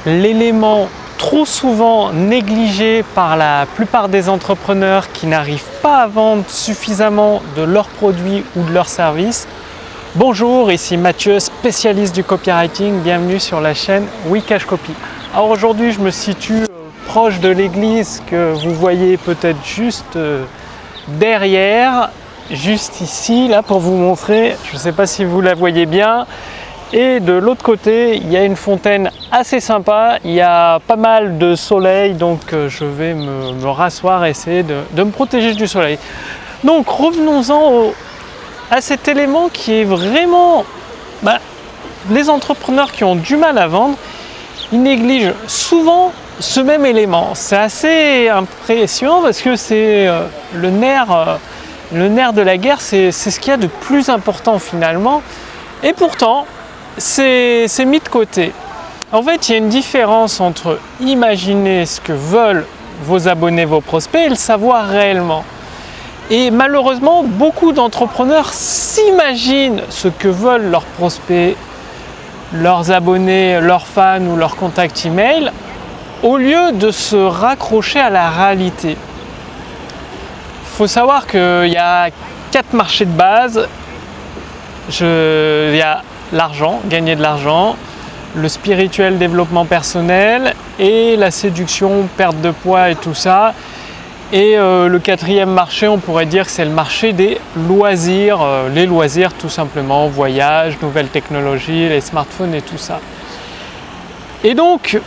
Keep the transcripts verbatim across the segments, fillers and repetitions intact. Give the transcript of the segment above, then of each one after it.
l'élément trop souvent négligé par la plupart des entrepreneurs qui n'arrivent pas à vendre suffisamment de leurs produits ou de leurs services. Bonjour, ici Mathieu, spécialiste du copywriting. Bienvenue sur la chaîne Wikash-Copy. Alors aujourd'hui, je me situe proche de l'église que vous voyez peut-être juste derrière, juste ici, là pour vous montrer. Je ne sais pas si vous la voyez bien. Et de l'autre côté, il y a une fontaine assez sympa, il y a pas mal de soleil, donc je vais me, me rasseoir et essayer de, de me protéger du soleil. Donc revenons-en à cet élément qui est vraiment... Bah, les entrepreneurs qui ont du mal à vendre, ils négligent souvent ce même élément. C'est assez impressionnant parce que c'est euh, le nerf, euh, le nerf de la guerre, c'est ce qu'il y a de plus important finalement. Et pourtant, c'est mis de côté. En fait, il y a une différence entre imaginer ce que veulent vos abonnés, vos prospects, et le savoir réellement. Et malheureusement, beaucoup d'entrepreneurs s'imaginent ce que veulent leurs prospects, leurs abonnés, leurs fans ou leurs contacts email, au lieu de se raccrocher à la réalité. Il faut savoir qu'il y a quatre marchés de base. Je, il y a l'argent, gagner de l'argent, le spirituel, développement personnel et la séduction, perte de poids et tout ça. Et euh, le quatrième marché, on pourrait dire que c'est le marché des loisirs, euh, les loisirs tout simplement, voyages, nouvelles technologies, les smartphones et tout ça. Et donc,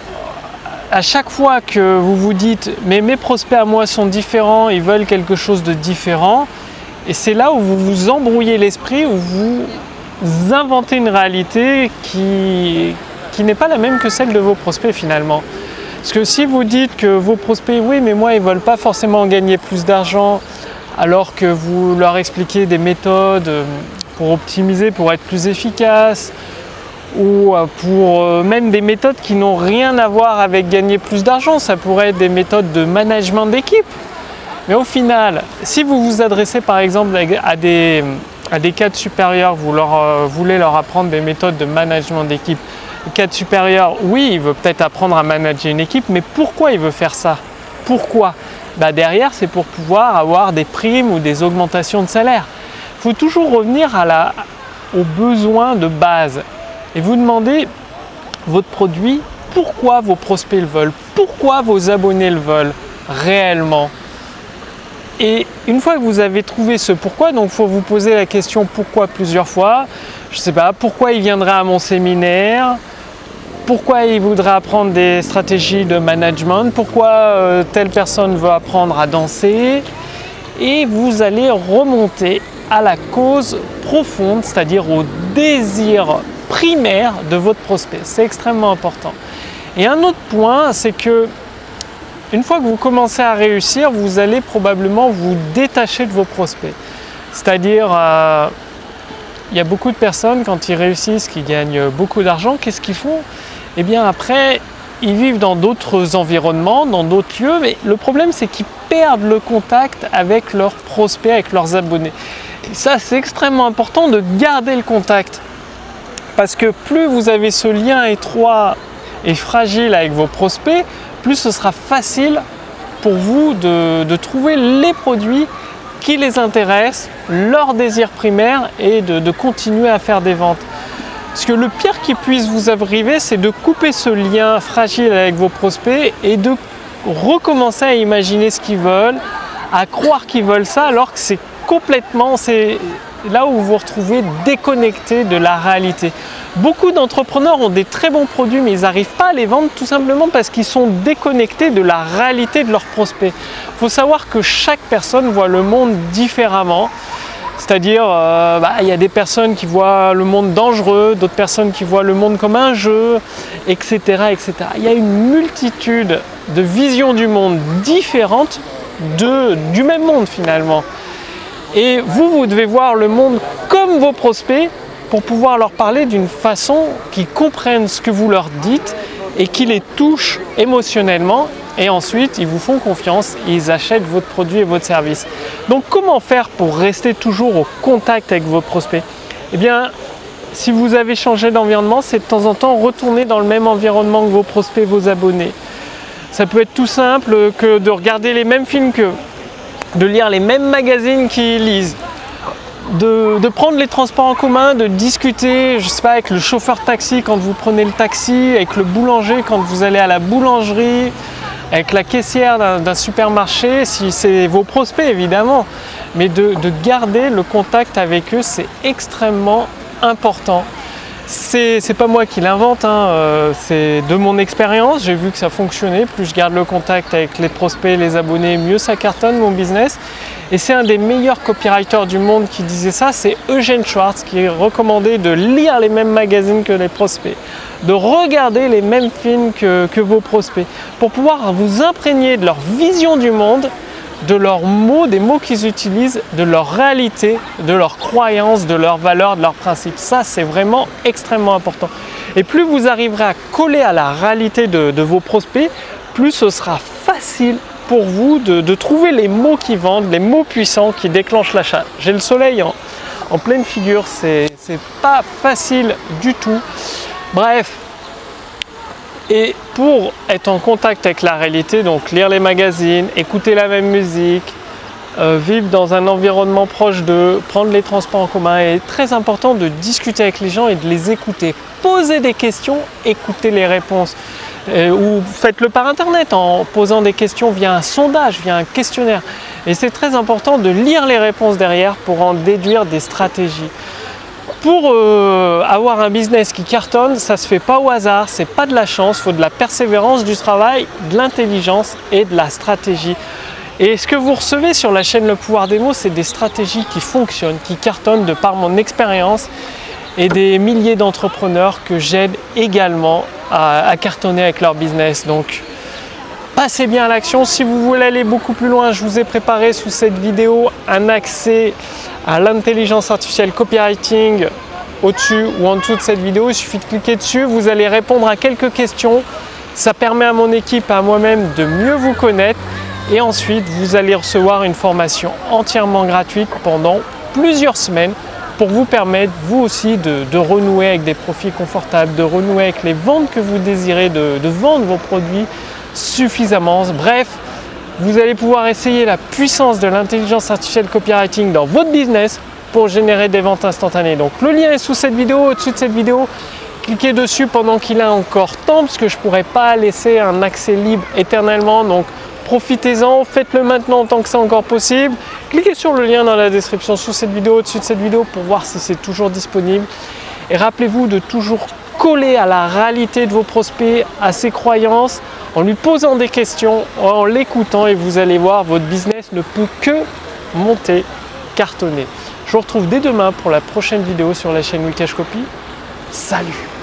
à chaque fois que vous vous dites « mais mes prospects à moi sont différents, ils veulent quelque chose de différent », et c'est là où vous vous embrouillez l'esprit, où vous Vous inventez une réalité qui, qui n'est pas la même que celle de vos prospects finalement. Parce que si vous dites que vos prospects, oui mais moi ils ne veulent pas forcément gagner plus d'argent, alors que vous leur expliquez des méthodes pour optimiser, pour être plus efficace, ou pour même des méthodes qui n'ont rien à voir avec gagner plus d'argent, ça pourrait être des méthodes de management d'équipe. Mais au final, si vous vous adressez par exemple à des... à des cadres supérieurs, vous leur, euh, voulez leur apprendre des méthodes de management d'équipe. Le cadre supérieur, oui, il veut peut-être apprendre à manager une équipe, mais pourquoi il veut faire ça? Pourquoi? Bah derrière, c'est pour pouvoir avoir des primes ou des augmentations de salaire. Il faut toujours revenir à la, aux besoins de base et vous demandez votre produit, pourquoi vos prospects le veulent, pourquoi vos abonnés le veulent réellement. Et une fois que vous avez trouvé ce pourquoi, donc il faut vous poser la question pourquoi plusieurs fois. Je ne sais pas, pourquoi il viendrait à mon séminaire? Pourquoi il voudrait apprendre des stratégies de management? Pourquoi euh, telle personne veut apprendre à danser? Et vous allez remonter à la cause profonde, c'est-à-dire au désir primaire de votre prospect. C'est extrêmement important. Et un autre point, c'est que une fois que vous commencez à réussir, vous allez probablement vous détacher de vos prospects. C'est-à-dire, euh, il y a beaucoup de personnes, quand ils réussissent, qui gagnent beaucoup d'argent, qu'est-ce qu'ils font? Eh bien après, ils vivent dans d'autres environnements, dans d'autres lieux, mais le problème c'est qu'ils perdent le contact avec leurs prospects, avec leurs abonnés. Et ça, c'est extrêmement important de garder le contact. Parce que plus vous avez ce lien étroit et fragile avec vos prospects, plus ce sera facile pour vous de, de trouver les produits qui les intéressent, leur désir primaire et de, de continuer à faire des ventes. Parce que le pire qui puisse vous arriver, c'est de couper ce lien fragile avec vos prospects et de recommencer à imaginer ce qu'ils veulent, à croire qu'ils veulent ça, alors que c'est complètement, c'est là où vous vous retrouvez déconnecté de la réalité. Beaucoup d'entrepreneurs ont des très bons produits, mais ils n'arrivent pas à les vendre tout simplement parce qu'ils sont déconnectés de la réalité de leurs prospects. Il faut savoir que chaque personne voit le monde différemment. C'est-à-dire, euh, bah, y a des personnes qui voient le monde dangereux, d'autres personnes qui voient le monde comme un jeu, et cetera, et cetera. Il y a une multitude de visions du monde différentes de, du même monde finalement. Et vous, vous devez voir le monde comme vos prospects pour pouvoir leur parler d'une façon qu'ils comprennent ce que vous leur dites et qui les touche émotionnellement. Et ensuite, ils vous font confiance et ils achètent votre produit et votre service. Donc, comment faire pour rester toujours au contact avec vos prospects? Eh bien, si vous avez changé d'environnement, c'est de temps en temps retourner dans le même environnement que vos prospects, vos abonnés. Ça peut être tout simple que de regarder les mêmes films qu'eux, de lire les mêmes magazines qu'ils lisent, de, de prendre les transports en commun, de discuter, je sais pas, avec le chauffeur de taxi quand vous prenez le taxi, avec le boulanger quand vous allez à la boulangerie, avec la caissière d'un, d'un supermarché, si c'est vos prospects évidemment, mais de, de garder le contact avec eux, c'est extrêmement important. C'est, c'est pas moi qui l'invente, hein, euh, c'est de mon expérience, j'ai vu que ça fonctionnait, plus je garde le contact avec les prospects, les abonnés, mieux ça cartonne mon business. Et c'est un des meilleurs copywriters du monde qui disait ça, c'est Eugène Schwartz qui recommandait de lire les mêmes magazines que les prospects, de regarder les mêmes films que, que vos prospects, pour pouvoir vous imprégner de leur vision du monde, de leurs mots, des mots qu'ils utilisent, de leur réalité, de leurs croyances, de leurs valeurs, de leurs principes. Ça, c'est vraiment extrêmement important. Et plus vous arriverez à coller à la réalité de, de vos prospects, plus ce sera facile pour vous de, de trouver les mots qui vendent, les mots puissants qui déclenchent l'achat. J'ai le soleil en, en pleine figure, c'est, c'est pas facile du tout. Bref. Et pour être en contact avec la réalité, donc lire les magazines, écouter la même musique, euh, vivre dans un environnement proche d'eux, prendre les transports en commun, il est très important de discuter avec les gens et de les écouter. Poser des questions, écouter les réponses. Euh, ou faites-le par internet en posant des questions via un sondage, via un questionnaire. Et c'est très important de lire les réponses derrière pour en déduire des stratégies. Pour euh, avoir un business qui cartonne, ça ne se fait pas au hasard, c'est pas de la chance, il faut de la persévérance, du travail, de l'intelligence et de la stratégie. Et ce que vous recevez sur la chaîne Le Pouvoir des Mots, c'est des stratégies qui fonctionnent, qui cartonnent de par mon expérience et des milliers d'entrepreneurs que j'aide également à, à cartonner avec leur business. Donc, passez bien à l'action. Si vous voulez aller beaucoup plus loin, je vous ai préparé sous cette vidéo un accès à l'intelligence artificielle copywriting au-dessus ou en dessous de cette vidéo. Il suffit de cliquer dessus, vous allez répondre à quelques questions. Ça permet à mon équipe, à moi-même de mieux vous connaître et ensuite vous allez recevoir une formation entièrement gratuite pendant plusieurs semaines pour vous permettre vous aussi de, de renouer avec des profits confortables, de renouer avec les ventes que vous désirez, de, de vendre vos produits suffisamment. Bref, vous allez pouvoir essayer la puissance de l'intelligence artificielle copywriting dans votre business pour générer des ventes instantanées. Donc le lien est sous cette vidéo, au-dessus de cette vidéo. Cliquez dessus pendant qu'il a encore temps, parce que je ne pourrais pas laisser un accès libre éternellement. Donc profitez-en, faites-le maintenant tant que c'est encore possible. Cliquez sur le lien dans la description sous cette vidéo, au-dessus de cette vidéo pour voir si c'est toujours disponible. Et rappelez-vous de toujours coller à la réalité de vos prospects, à ses croyances, en lui posant des questions, en l'écoutant, et vous allez voir, votre business ne peut que monter, cartonner. Je vous retrouve dès demain pour la prochaine vidéo sur la chaîne Wikash Copy. Salut!